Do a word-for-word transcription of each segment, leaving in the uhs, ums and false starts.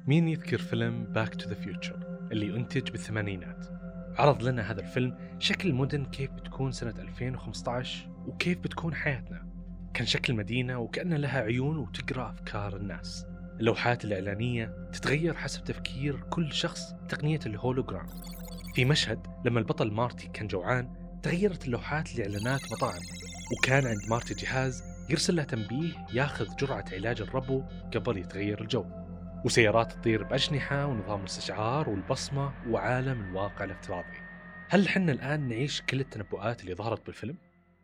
مين يذكر فيلم باك تو ذا فيوتشر اللي أنتج بالثمانينات؟ عرض لنا هذا الفيلم شكل المدن كيف بتكون سنة ألفين وخمسة عشر وكيف بتكون حياتنا. كان شكل المدينة وكأن لها عيون وتقرأ أفكار الناس. اللوحات الإعلانية تتغير حسب تفكير كل شخص بتقنية الهولوجرام. في مشهد لما البطل مارتي كان جوعان تغيرت اللوحات لإعلانات مطاعم، وكان عند مارتي جهاز يرسل له تنبيه ياخذ جرعة علاج الربو قبل يتغير الجو، وسيارات تطير بأجنحة ونظام الاستشعار والبصمة وعالم الواقع الافتراضي. هل حنا الآن نعيش كل التنبؤات اللي ظهرت بالفيلم؟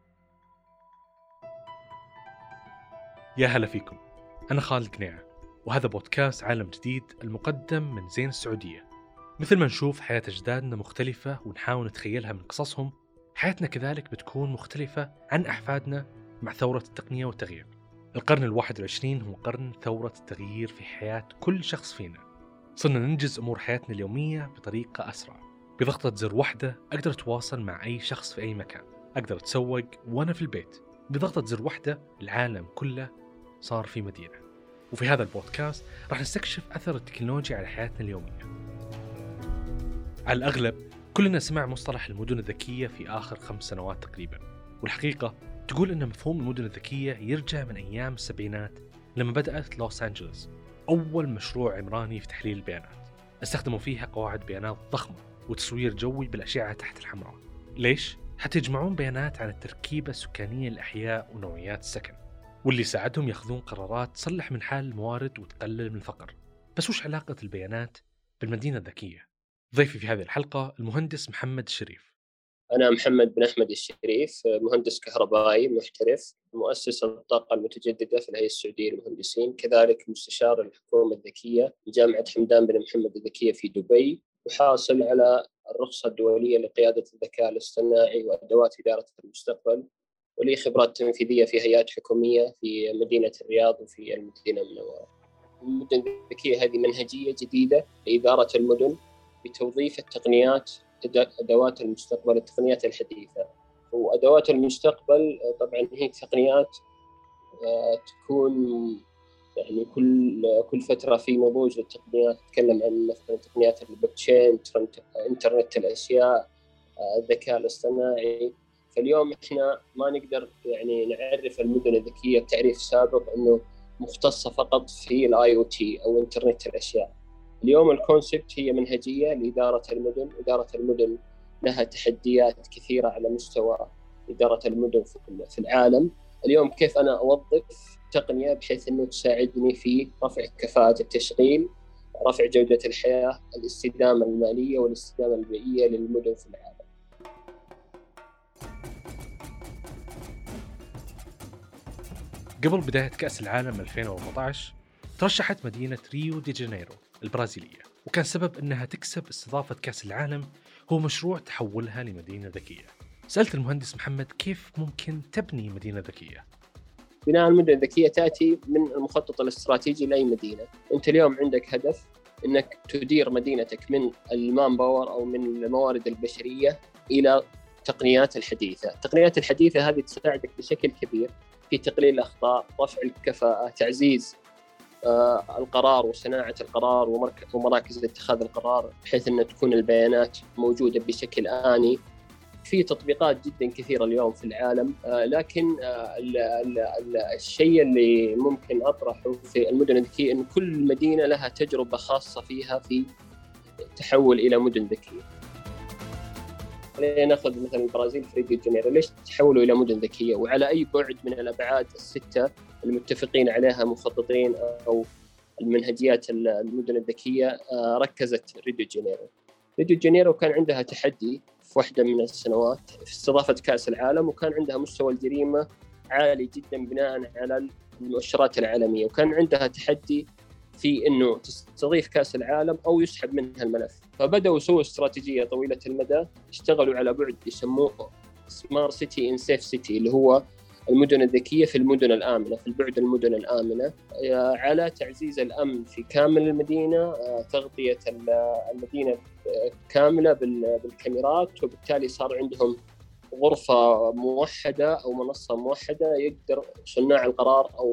يا هلا فيكم، أنا خالد قنيعة، وهذا بودكاست عالم جديد المقدم من زين السعودية. مثل ما نشوف حياة أجدادنا مختلفة ونحاول نتخيلها من قصصهم، حياتنا كذلك بتكون مختلفة عن أحفادنا مع ثورة التقنية والتغيير. القرن الواحد والعشرين هو قرن ثورة التغيير في حياة كل شخص فينا. صرنا ننجز أمور حياتنا اليومية بطريقة أسرع. بضغطة زر واحدة أقدر أتواصل مع أي شخص في أي مكان، أقدر أتسوق وأنا في البيت. بضغطة زر واحدة العالم كله صار في مدينة. وفي هذا البودكاست راح نستكشف أثر التكنولوجيا على حياتنا اليومية. على الأغلب كلنا سمع مصطلح المدن الذكية في آخر خمس سنوات تقريبا، والحقيقة تقول أن مفهوم المدن الذكية يرجع من أيام السبعينات لما بدأت لوس أنجلوس أول مشروع عمراني في تحليل البيانات. استخدموا فيها قواعد بيانات ضخمة وتصوير جوي بالأشعة تحت الحمراء. ليش؟ حتى يجمعون بيانات عن التركيبة السكانية للأحياء ونوعيات السكن، واللي ساعدهم ياخذون قرارات تصلح من حال الموارد وتقلل من الفقر. بس وش علاقة البيانات بالمدينة الذكية؟ ضيفي في هذه الحلقة المهندس محمد الشريف. أنا محمد بن أحمد الشريف، مهندس كهربائي محترف، مؤسس الطاقة المتجددة في الهيئة السعودية للمهندسين، كذلك مستشار الحكومة الذكية جامعة حمدان بن محمد الذكية في دبي، وحاصل على الرخصة الدولية لقيادة الذكاء الاصطناعي وأدوات إدارة المستقبل، ولي خبرات تنفيذية في هيئات حكومية في مدينة الرياض وفي المدينة المنورة. المدن الذكية هذه منهجية جديدة لإدارة المدن بتوظيف التقنيات أدوات المستقبل، التقنيات الحديثة. وأدوات المستقبل طبعاً هي تقنيات تكون يعني كل كل فترة في نضوج للتقنيات. نتكلم عن مثلاً تقنيات البلوكتشين، إنترنت الأشياء، الذكاء الاصطناعي. فاليوم إحنا ما نقدر يعني نعرف المدن الذكية بتعريف سابق إنه مختصة فقط في الآي أو تي أو إنترنت الأشياء. اليوم الكونسبت هي منهجية لإدارة المدن. إدارة المدن لها تحديات كثيرة على مستوى إدارة المدن في العالم. اليوم كيف أنا أوظف تقنية بحيث أنه تساعدني في رفع كفاءة التشغيل، رفع جودة الحياة، الاستدامة المالية والاستدامة البيئية للمدن في العالم. قبل بداية كأس العالم ألفين وأربعة عشر ترشحت مدينة ريو دي جانيرو البرازيلية، وكان سبب أنها تكسب استضافة كأس العالم هو مشروع تحولها لمدينة ذكية. سألت المهندس محمد كيف ممكن تبني مدينة ذكية؟ بناء المدن الذكية تأتي من المخطط الاستراتيجي لأي مدينة. أنت اليوم عندك هدف أنك تدير مدينتك من المان باور أو من الموارد البشرية إلى التقنيات الحديثة. التقنيات الحديثة هذه تساعدك بشكل كبير في تقليل الأخطاء، رفع الكفاءة، تعزيز آه القرار وصناعة القرار ومراكز اتخاذ القرار، بحيث أن تكون البيانات موجودة بشكل آني. في تطبيقات جدا كثيرة اليوم في العالم، آه لكن آه ال ال ال الشيء اللي ممكن أطرحه في المدن الذكية أن كل مدينة لها تجربة خاصة فيها في تحول إلى مدن ذكية. خلينا ناخذ مثلا البرازيل في ريو دي جانيرو، ليش تحولوا إلى مدن ذكية وعلى أي بعد من الأبعاد الستة المتفقين عليها مخططين أو المنهجيات المدن الذكية ركزت ريو دي جانيرو. ريو دي جانيرو كان عندها تحدي في واحدة من السنوات في استضافة كأس العالم، وكان عندها مستوى الجريمة عالي جدا بناء على المؤشرات العالمية، وكان عندها تحدي في إنه تستضيف كأس العالم أو يسحب منها الملف. فبدأوا يسووا استراتيجية طويلة المدى، اشتغلوا على بعد يسموه سمارت سيتي إن سيف سيتي، اللي هو المدن الذكية في المدن الآمنة، في البعد المدن الآمنة، على تعزيز الأمن في كامل المدينة، تغطية المدينة كاملة بالكاميرات، وبالتالي صار عندهم غرفة موحدة أو منصة موحدة يقدر صناع القرار أو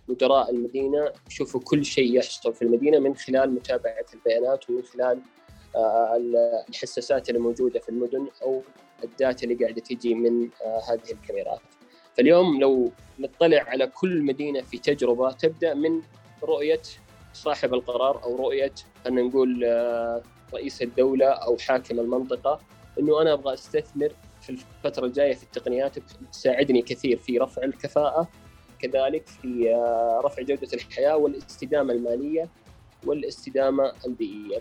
مدراء المدينة يشوفوا كل شيء يحصل في المدينة من خلال متابعة البيانات ومن خلال الحساسات اللي موجودة في المدن أو الداتا اللي قاعدة تيجي من هذه الكاميرات. فاليوم لو نطلع على كل مدينة في تجربة تبدأ من رؤية صاحب القرار أو رؤية خلينا نقول رئيس الدولة أو حاكم المنطقة، إنه أنا أبغى أستثمر في الفترة الجاية في التقنيات تساعدني كثير في رفع الكفاءة، كذلك في رفع جودة الحياة والاستدامة المالية والاستدامة البيئية.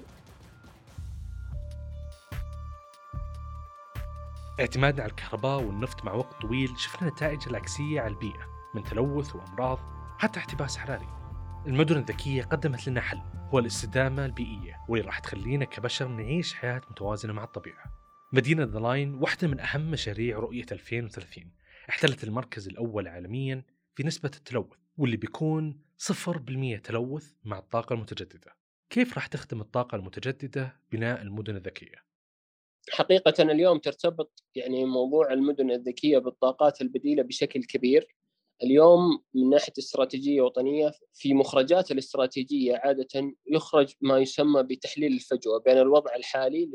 اعتمادنا على الكهرباء والنفط مع وقت طويل شفنا نتائج العكسية على البيئة، من تلوث وأمراض حتى احتباس حراري. المدن الذكية قدمت لنا حل هو الاستدامة البيئية، واللي راح تخلينا كبشر نعيش حياة متوازنة مع الطبيعة. مدينة ذا لاين واحدة من أهم مشاريع رؤية ألفين وثلاثين، احتلت المركز الأول عالمياً في نسبة التلوث، واللي بيكون صفر بالمئة تلوث مع الطاقة المتجددة. كيف راح تخدم الطاقة المتجددة بناء المدن الذكية؟ حقيقة اليوم ترتبط يعني موضوع المدن الذكية بالطاقات البديلة بشكل كبير. اليوم من ناحية استراتيجية وطنية، في مخرجات الاستراتيجية عادة يخرج ما يسمى بتحليل الفجوة بين الوضع الحالي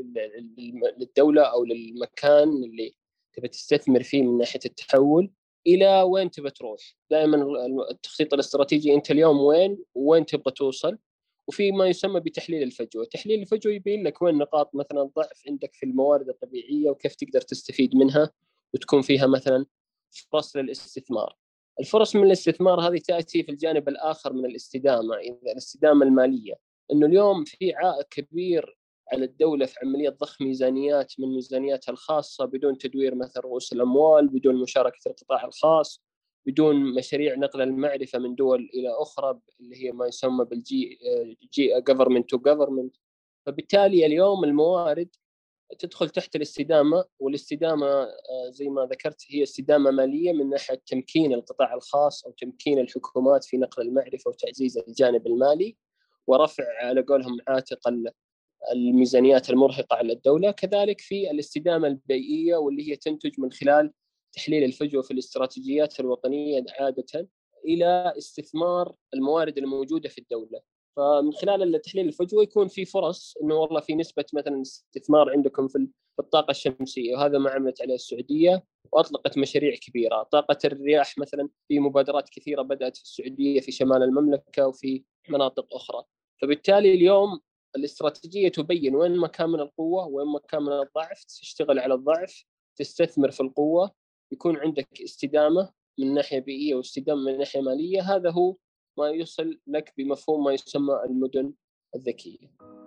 للدولة أو للمكان اللي تبى تستثمر فيه من ناحية التحول إلى وين تبى تروح. دائما التخطيط الاستراتيجي أنت اليوم وين وين تبغى توصل، وفي ما يسمى بتحليل الفجوة. تحليل الفجوة يبين لك وين نقاط مثلا ضعف عندك في الموارد الطبيعية وكيف تقدر تستفيد منها وتكون فيها مثلا فرص للاستثمار. الفرص من الاستثمار هذه تأتي في الجانب الآخر من الاستدامة، إذا الاستدامة المالية، إنه اليوم في عائق كبير على الدولة في عملية ضخ ميزانيات من ميزانياتها الخاصة بدون تدوير مثل رؤوس الأموال، بدون مشاركة القطاع الخاص، بدون مشاريع نقل المعرفة من دول إلى أخرى اللي هي ما يسمى بالجي جي government to government. فبالتالي اليوم الموارد تدخل تحت الاستدامة، والاستدامة زي ما ذكرت هي استدامة مالية من ناحية تمكين القطاع الخاص أو تمكين الحكومات في نقل المعرفة وتعزيز الجانب المالي ورفع على قولهم عاتق الميزانيات المرهقة على الدولة. كذلك في الاستدامة البيئية واللي هي تنتج من خلال تحليل الفجوة في الاستراتيجيات الوطنية عادة إلى استثمار الموارد الموجودة في الدولة. فمن خلال تحليل الفجوة يكون في فرص إنه والله في نسبة مثلا استثمار عندكم في الطاقة الشمسية، وهذا ما عملت عليه السعودية وأطلقت مشاريع كبيرة. طاقة الرياح مثلا في مبادرات كثيرة بدأت في السعودية في شمال المملكة وفي مناطق أخرى. فبالتالي اليوم الاستراتيجية تبين وين مكان من القوة وين مكان من الضعف، تشتغل على الضعف، تستثمر في القوة، يكون عندك استدامة من ناحية بيئية واستدامة من ناحية مالية. هذا هو ما يوصل لك بمفهوم ما يسمى المدن الذكية.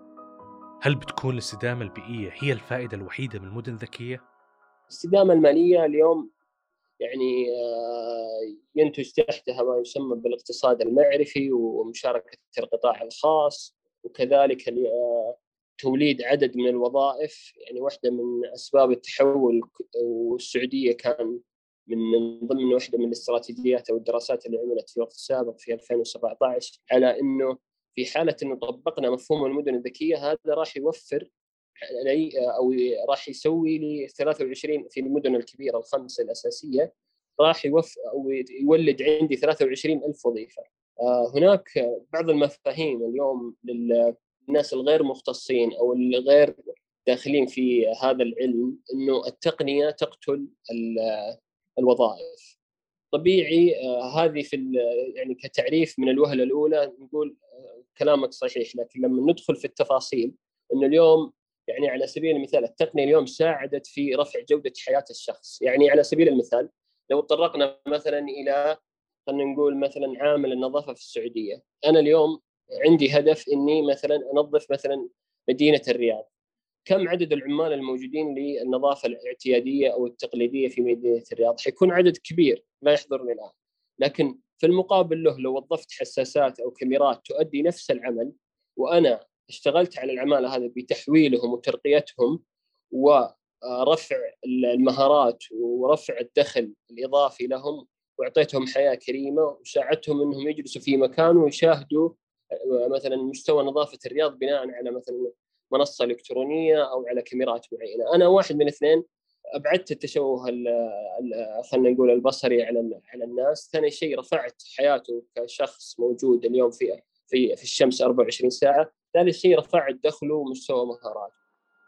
هل بتكون الاستدامة البيئية هي الفائدة الوحيدة من المدن الذكية؟ الاستدامة المالية اليوم يعني ينتج تحتها ما يسمى بالاقتصاد المعرفي ومشاركة القطاع الخاص، وكذلك توليد عدد من الوظائف. يعني واحدة من أسباب التحول والسعودية كان من ضمن واحدة من الاستراتيجيات أو الدراسات اللي عملت في وقت سابق في ألفين وسبعة عشر على أنه في حالة أنه طبقنا مفهوم المدن الذكية هذا راح يوفر أو راح يسوي لي ثلاثة وعشرين في المدن الكبيرة الخمسة الأساسية راح يوفر أو يولد عندي ثلاثة وعشرين ألف وظيفة. هناك بعض المفاهيم اليوم للناس الغير مختصين أو الغير داخلين في هذا العلم أنه التقنية تقتل الوظائف. طبيعي هذه في يعني كتعريف من الوهلة الأولى نقول كلامك صحيح، لكن لما ندخل في التفاصيل إنه اليوم يعني على سبيل المثال التقنية اليوم ساعدت في رفع جودة حياة الشخص. يعني على سبيل المثال لو تطرقنا مثلا إلى خلينا نقول مثلا عامل النظافة في السعودية، أنا اليوم عندي هدف إني مثلا أنظف مثلا مدينة الرياض. كم عدد العمال الموجودين للنظافة الاعتيادية أو التقليدية في مدينة الرياض؟ حيكون عدد كبير لا يحضرني الآن، لكن في المقابل له لو وظفت حساسات أو كاميرات تؤدي نفس العمل وأنا اشتغلت على العمالة هذا بتحويلهم وترقيتهم ورفع المهارات ورفع الدخل الإضافي لهم وأعطيتهم حياة كريمة وساعدتهم أنهم يجلسوا في مكان ويشاهدوا مثلا مستوى نظافة الرياض بناء على مثلا منصة إلكترونية أو على كاميرات معينة. أنا واحد من اثنين أبعدت التشوه ال ال خلينا نقول البصري على على الناس. ثاني شيء رفعت حياته كشخص موجود اليوم في في في الشمس أربعة وعشرين ساعة. ثالث شيء رفعت دخله ومستوى مهاراته.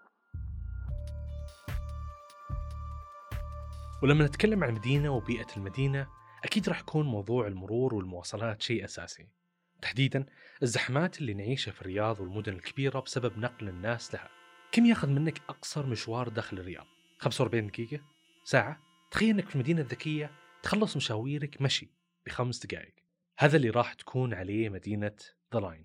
ولما نتكلم عن المدينة وبيئة المدينة أكيد راح يكون موضوع المرور والمواصلات شيء أساسي، تحديداً الزحمات اللي نعيشها في الرياض والمدن الكبيرة بسبب نقل الناس لها. كم ياخذ منك أقصر مشوار داخل الرياض؟ خمسة وأربعين دقيقة؟ ساعة؟ تخيل أنك في المدينة الذكية تخلص مشاويرك مشي بخمس دقائق. هذا اللي راح تكون عليه مدينة ذا لاين.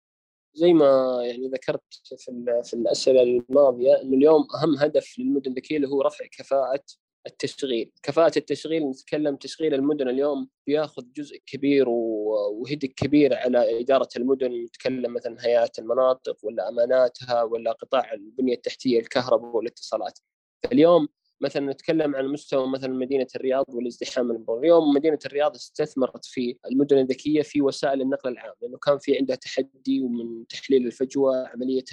زي ما يعني ذكرت في في الأسئلة الماضية إنه اليوم أهم هدف للمدن الذكية اللي هو رفع كفاءة التشغيل. كفاءة التشغيل نتكلم تشغيل المدن اليوم بياخذ جزء كبير وهدك كبير على إدارة المدن. نتكلم مثلا هيئات المناطق ولا أماناتها ولا قطاع البنية التحتية الكهرباء والاتصالات. فاليوم مثلا نتكلم عن مستوى مثلا مدينة الرياض والازدحام المروري. اليوم مدينة الرياض استثمرت في المدن الذكية في وسائل النقل العام لأنه كان في عندها تحدي ومن تحليل الفجوة عملية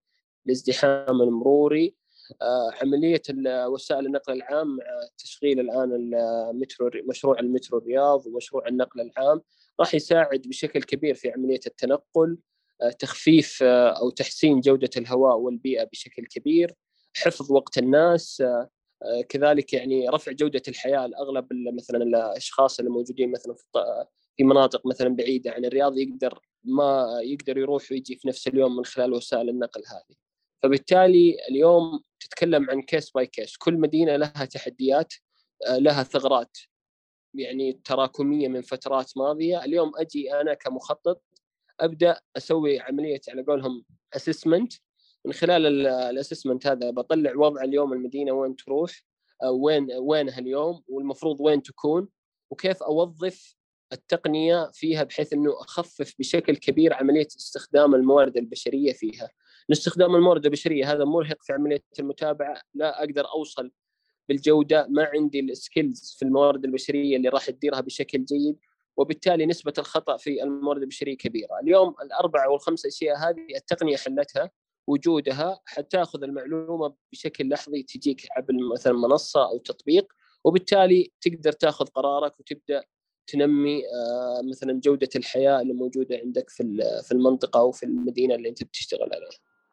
الازدحام المروري. عملية وسائل النقل العام مع تشغيل الآن المترو مشروع المترو الرياض ومشروع النقل العام راح يساعد بشكل كبير في عملية التنقل، تخفيف أو تحسين جودة الهواء والبيئة بشكل كبير، حفظ وقت الناس، كذلك يعني رفع جودة الحياة. الأغلب مثلا الأشخاص اللي موجودين مثلا في مناطق مثلا بعيدة عن الرياض يقدر ما يقدر يروح ويجي في نفس اليوم من خلال وسائل النقل هذه. فبالتالي اليوم تتكلم عن كيس باي كيس، كل مدينة لها تحديات، لها ثغرات يعني تراكمية من فترات ماضية. اليوم أجي أنا كمخطط أبدأ أسوي عملية على قولهم أسسمنت. من خلال الأسسمنت هذا بطلع وضع اليوم المدينة وين تروح، وين وينها اليوم والمفروض وين تكون، وكيف أوظف التقنية فيها بحيث أنه أخفف بشكل كبير عملية استخدام الموارد البشرية فيها. استخدام الموارد البشرية هذا مرهق في عملية المتابعة، لا أقدر أوصل بالجودة، ما عندي السكيلز في الموارد البشرية اللي راح تديرها بشكل جيد، وبالتالي نسبة الخطأ في الموارد البشرية كبيرة. اليوم الأربعة والخمس أشياء هذه التقنية حلتها، وجودها حتى تأخذ المعلومة بشكل لحظي تجيك عبر مثلا منصة أو تطبيق، وبالتالي تقدر تأخذ قرارك وتبدأ تنمي مثلا جودة الحياة اللي موجودة عندك في في المنطقة أو في المدينة اللي أنت بتشتغل عليها.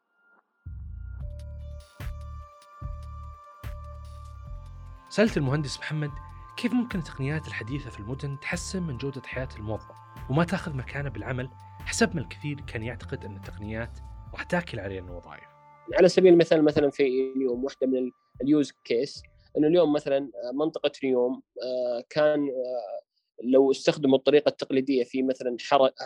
سألت المهندس محمد كيف ممكن التقنيات الحديثة في المدن تحسن من جودة حياة الموظف وما تأخذ مكانه بالعمل، حسب ما الكثير كان يعتقد أن التقنيات راح تاكل علينا الوظائف. على سبيل المثال مثلا في اليوم واحدة من اليوز كيس أنه اليوم مثلا منطقة اليوم كان لو استخدموا الطريقة التقليدية في مثلا حرق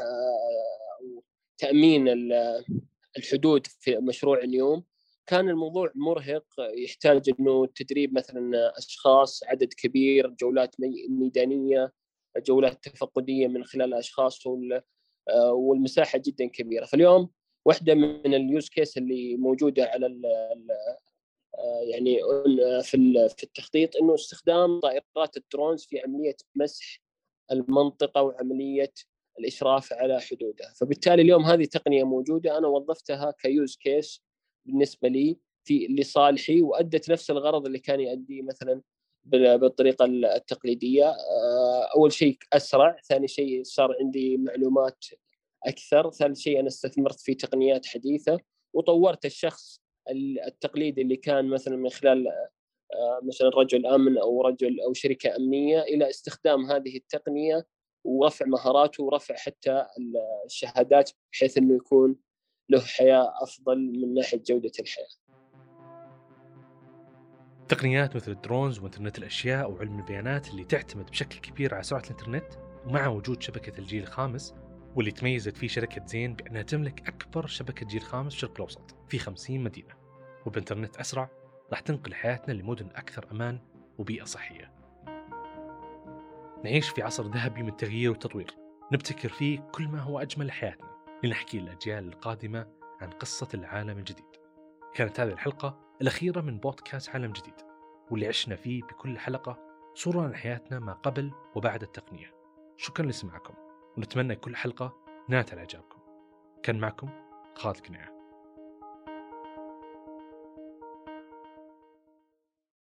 تأمين الحدود في مشروع اليوم، كان الموضوع مرهق، يحتاج انه تدريب مثلا اشخاص عدد كبير، جولات ميدانيه، جولات تفقديه من خلال الاشخاص، والمساحه جدا كبيره. فاليوم واحده من اليوز كيس اللي موجوده على ال يعني في في التخطيط انه استخدام طائرات الدرونز في عمليه مسح المنطقه وعمليه الاشراف على حدودها. فبالتالي اليوم هذه تقنيه موجوده، انا وظفتها كيوز كيس بالنسبه لي في لصالحي، وادت نفس الغرض اللي كان يؤدي مثلا بالطريقه التقليديه. اول شيء اسرع، ثاني شيء صار عندي معلومات اكثر، ثالث شيء انا استثمرت في تقنيات حديثه وطورت الشخص التقليدي اللي كان مثلا من خلال مثلا رجل امن او رجل او شركه امنيه الى استخدام هذه التقنيه ورفع مهاراته ورفع حتى الشهادات بحيث انه يكون له حياه افضل من ناحيه جوده الحياه. تقنيات مثل الدرونز وانترنت الاشياء وعلم البيانات اللي تعتمد بشكل كبير على سرعه الانترنت، ومع وجود شبكه الجيل الخامس واللي تميزت فيه شركه زين بانها تملك اكبر شبكه جيل خامس في الشرق الاوسط في خمسين مدينه، وبانترنت اسرع راح تنقل حياتنا لمدن اكثر امان وبيئه صحيه. نعيش في عصر ذهبي من التغيير والتطوير، نبتكر فيه كل ما هو اجمل لحياتنا لنحكي للاجيال القادمه عن قصه العالم الجديد. كانت هذه الحلقه الاخيره من بودكاست عالم جديد، واللي عشنا فيه بكل حلقه صوره عن حياتنا ما قبل وبعد التقنيه. شكرا لسماعكم، ونتمنى كل حلقه نالت على اعجابكم. كان معكم خالد كنيعة.